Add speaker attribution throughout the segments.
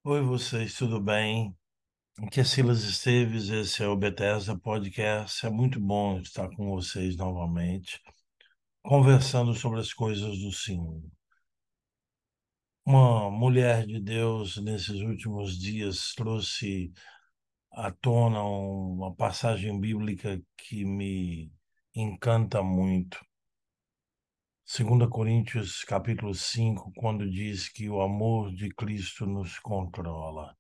Speaker 1: Oi, vocês, tudo bem? Aqui é Silas Esteves, esse é o Bethesda Podcast. É muito bom estar com vocês novamente, conversando sobre as coisas do Senhor. Uma mulher de Deus, nesses últimos dias, trouxe à tona uma passagem bíblica que me encanta muito. 2 Coríntios, capítulo 5, quando diz que o amor de Cristo nos controla.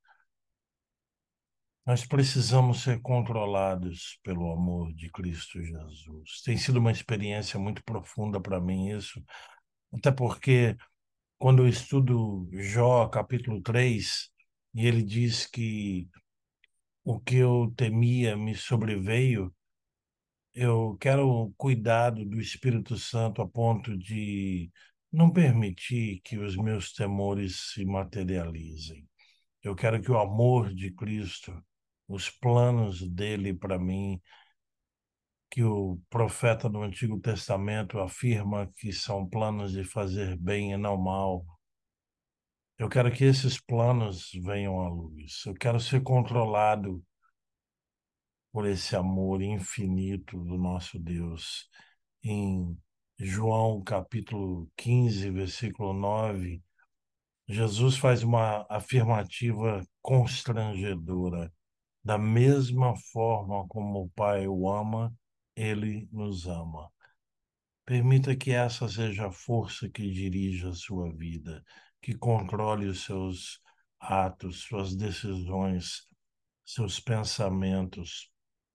Speaker 1: Nós precisamos ser controlados pelo amor de Cristo Jesus. Tem sido uma experiência muito profunda para mim isso, até porque quando eu estudo Jó, capítulo 3, e ele diz que o que eu temia me sobreveio, eu quero cuidado do Espírito Santo a ponto de não permitir que os meus temores se materializem. Eu quero que o amor de Cristo, os planos dele para mim, que o profeta do Antigo Testamento afirma que são planos de fazer bem e não mal. Eu quero que esses planos venham à luz. Eu quero ser controlado por esse amor infinito do nosso Deus. Em João capítulo 15, versículo 9, Jesus faz uma afirmativa constrangedora. Da mesma forma como o Pai o ama, ele nos ama. Permita que essa seja a força que dirija a sua vida, que controle os seus atos, suas decisões, seus pensamentos.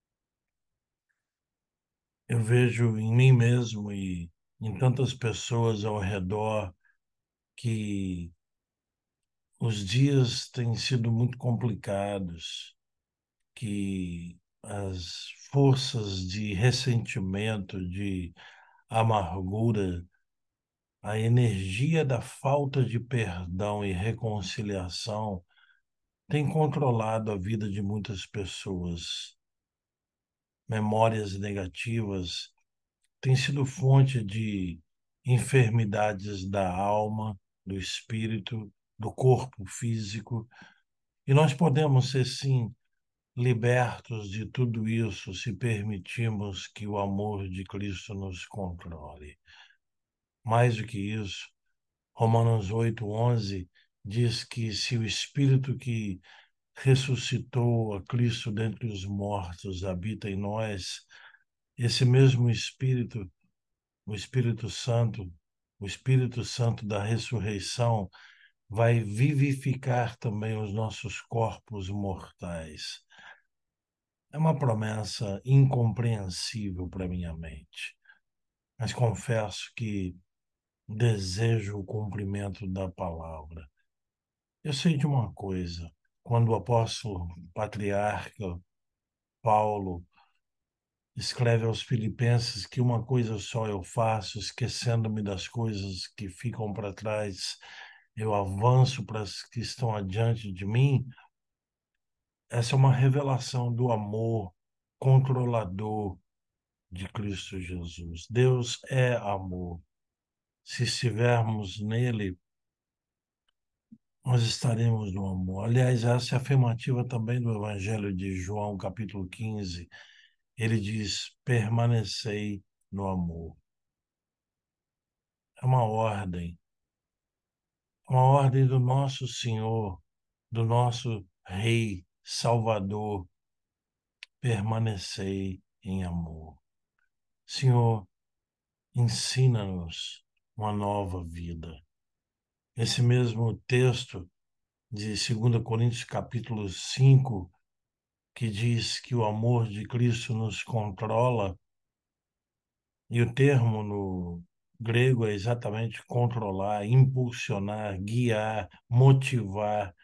Speaker 1: Eu vejo em mim mesmo e em tantas pessoas ao redor que os dias têm sido muito complicados, que as forças de ressentimento, de amargura, a energia da falta de perdão e reconciliação tem controlado a vida de muitas pessoas. Memórias negativas têm sido fonte de enfermidades da alma, do espírito, do corpo físico, e nós podemos ser, sim, libertos de tudo isso se permitirmos que o amor de Cristo nos controle. Mais do que isso, Romanos 8:11 diz que se o Espírito que ressuscitou a Cristo dentre os mortos habita em nós, esse mesmo Espírito, o Espírito Santo, o Espírito Santo da ressurreição, vai vivificar também os nossos corpos mortais. É uma promessa incompreensível para minha mente, mas confesso que desejo o cumprimento da palavra. Eu sei de uma coisa, quando o apóstolo patriarca Paulo escreve aos Filipenses que uma coisa só eu faço, esquecendo-me das coisas que ficam para trás, eu avanço para as que estão adiante de mim. Essa é uma revelação do amor controlador de Cristo Jesus. Deus é amor. Se estivermos nele, nós estaremos no amor. Aliás, essa é a afirmativa também do Evangelho de João, capítulo 15. Ele diz: permanecei no amor. É uma ordem do nosso Senhor, do nosso Rei, Salvador. Permanecei em amor. Senhor, ensina-nos uma nova vida. Esse mesmo texto de 2 capítulo 5, que diz que o amor de Cristo nos controla, e o termo no grego é exatamente controlar, impulsionar, guiar, motivar.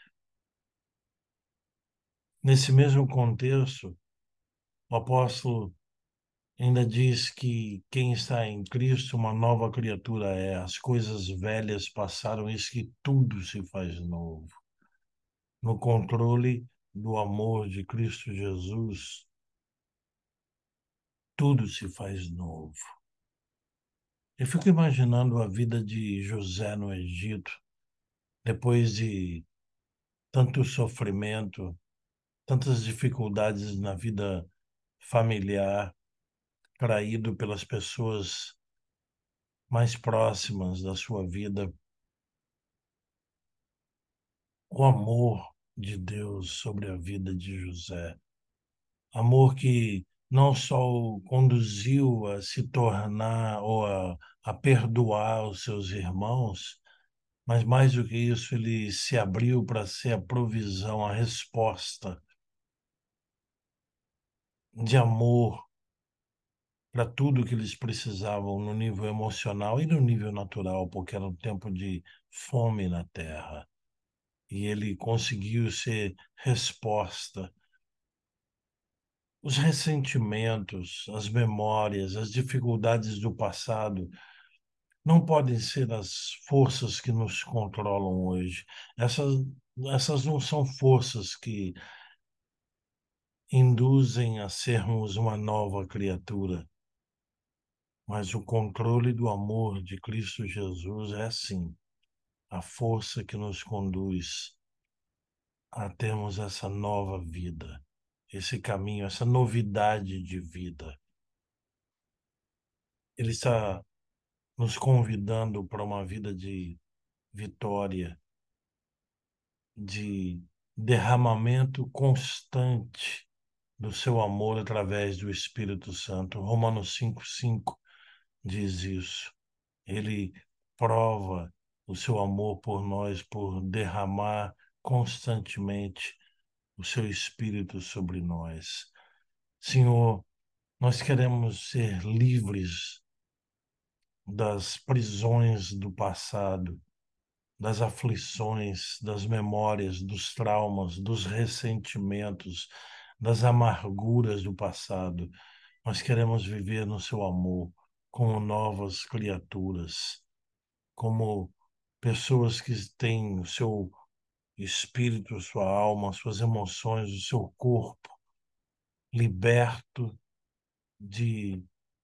Speaker 1: Nesse mesmo contexto, o apóstolo ainda diz que quem está em Cristo, uma nova criatura é. As coisas velhas passaram, eis que tudo se faz novo. No controle do amor de Cristo Jesus, tudo se faz novo. Eu fico imaginando a vida de José no Egito, depois de tanto sofrimento, tantas dificuldades na vida familiar, traído pelas pessoas mais próximas da sua vida, o amor de Deus sobre a vida de José. Amor que não só o conduziu a se tornar ou a perdoar os seus irmãos, mas mais do que isso, ele se abriu para ser a provisão, a resposta de amor para tudo que eles precisavam no nível emocional e no nível natural, porque era um tempo de fome na terra. E ele conseguiu ser resposta. Os ressentimentos, as memórias, as dificuldades do passado não podem ser as forças que nos controlam hoje. Essas, essas não são forças que induzem a sermos uma nova criatura, mas o controle do amor de Cristo Jesus é sim a força que nos conduz a termos essa nova vida, esse caminho, essa novidade de vida. Ele está nos convidando para uma vida de vitória, de derramamento constante do seu amor através do Espírito Santo. Romanos 5:5 diz isso. Ele prova o seu amor por nós por derramar constantemente o seu Espírito sobre nós. Senhor, nós queremos ser livres das prisões do passado, das aflições, das memórias, dos traumas, dos ressentimentos, das amarguras do passado. Nós queremos viver no seu amor como novas criaturas, como pessoas que têm o seu espírito, sua alma, suas emoções, o seu corpo liberto de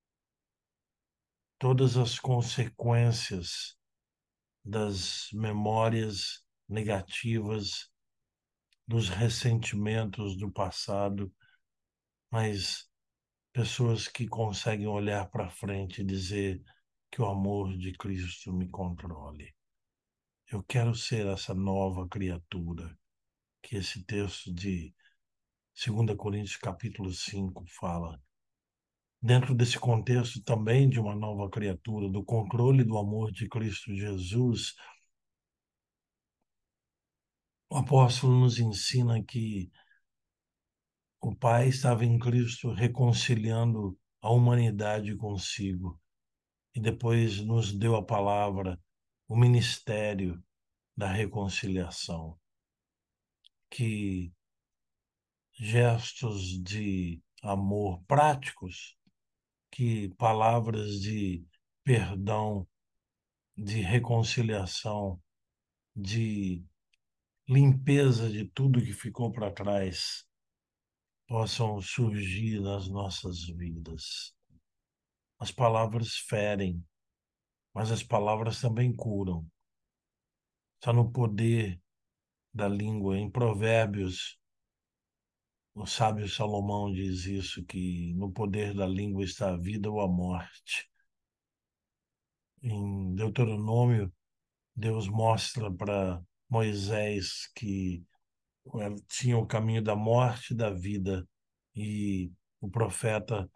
Speaker 1: todas as consequências das memórias negativas, dos ressentimentos do passado, mas pessoas que conseguem olhar para frente e dizer que o amor de Cristo me controle. Eu quero ser essa nova criatura que esse texto de 2 Coríntios capítulo 5 fala. Dentro desse contexto também de uma nova criatura, do controle do amor de Cristo Jesus, o apóstolo nos ensina que o Pai estava em Cristo reconciliando a humanidade consigo e depois nos deu a palavra, o ministério da reconciliação, que gestos de amor práticos, que palavras de perdão, de reconciliação, de limpeza de tudo que ficou para trás, possam surgir nas nossas vidas. As palavras ferem, mas as palavras também curam. Está no poder da língua. Em Provérbios, o sábio Salomão diz isso, que no poder da língua está a vida ou a morte. Em Deuteronômio, Deus mostra para Moisés que tinha o caminho da morte e da vida. E o profeta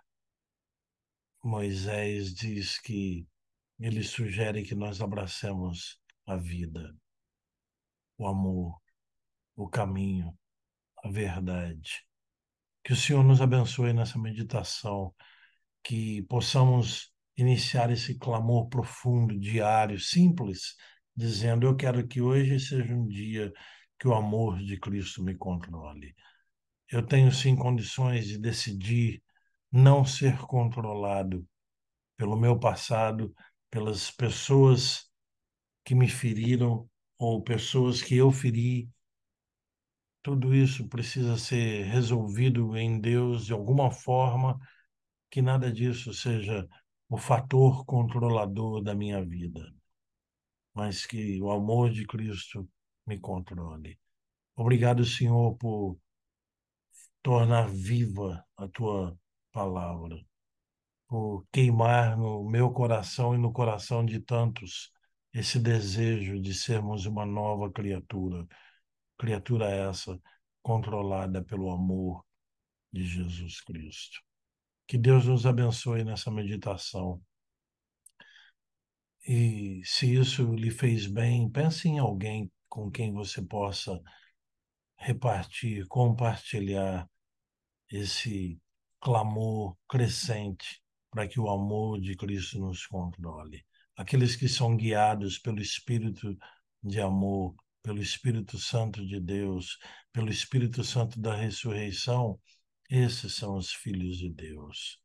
Speaker 1: Moisés diz que ele sugere que nós abracemos a vida, o amor, o caminho, a verdade. Que o Senhor nos abençoe nessa meditação, que possamos iniciar esse clamor profundo, diário, simples, dizendo: eu quero que hoje seja um dia que o amor de Cristo me controle. Eu tenho sim condições de decidir não ser controlado pelo meu passado, pelas pessoas que me feriram ou pessoas que eu feri. Tudo isso precisa ser resolvido em Deus de alguma forma, que nada disso seja o fator controlador da minha vida, mas que o amor de Cristo me controle. Obrigado, Senhor, por tornar viva a tua palavra, por queimar no meu coração e no coração de tantos esse desejo de sermos uma nova criatura, criatura essa controlada pelo amor de Jesus Cristo. Que Deus nos abençoe nessa meditação. E se isso lhe fez bem, pense em alguém com quem você possa repartir, compartilhar esse clamor crescente para que o amor de Cristo nos controle. Aqueles que são guiados pelo Espírito de amor, pelo Espírito Santo de Deus, pelo Espírito Santo da ressurreição, esses são os filhos de Deus.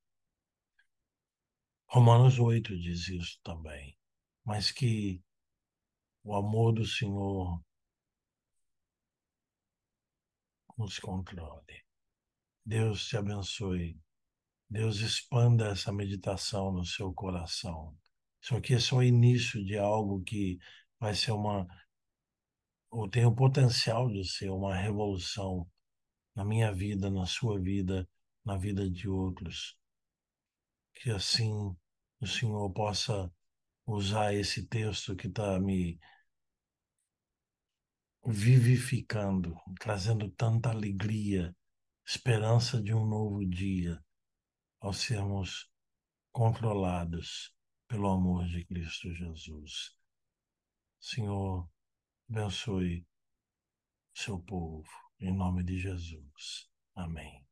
Speaker 1: Romanos 8 diz isso também. Mas que o amor do Senhor nos controle. Deus te abençoe. Deus expanda essa meditação no seu coração. Isso aqui é só o início de algo que vai ser ou tem o potencial de ser uma revolução na minha vida, na sua vida, na vida de outros. Que assim o Senhor possa usar esse texto que está me vivificando, trazendo tanta alegria, esperança de um novo dia, ao sermos controlados pelo amor de Cristo Jesus. Senhor, abençoe seu povo, em nome de Jesus. Amém.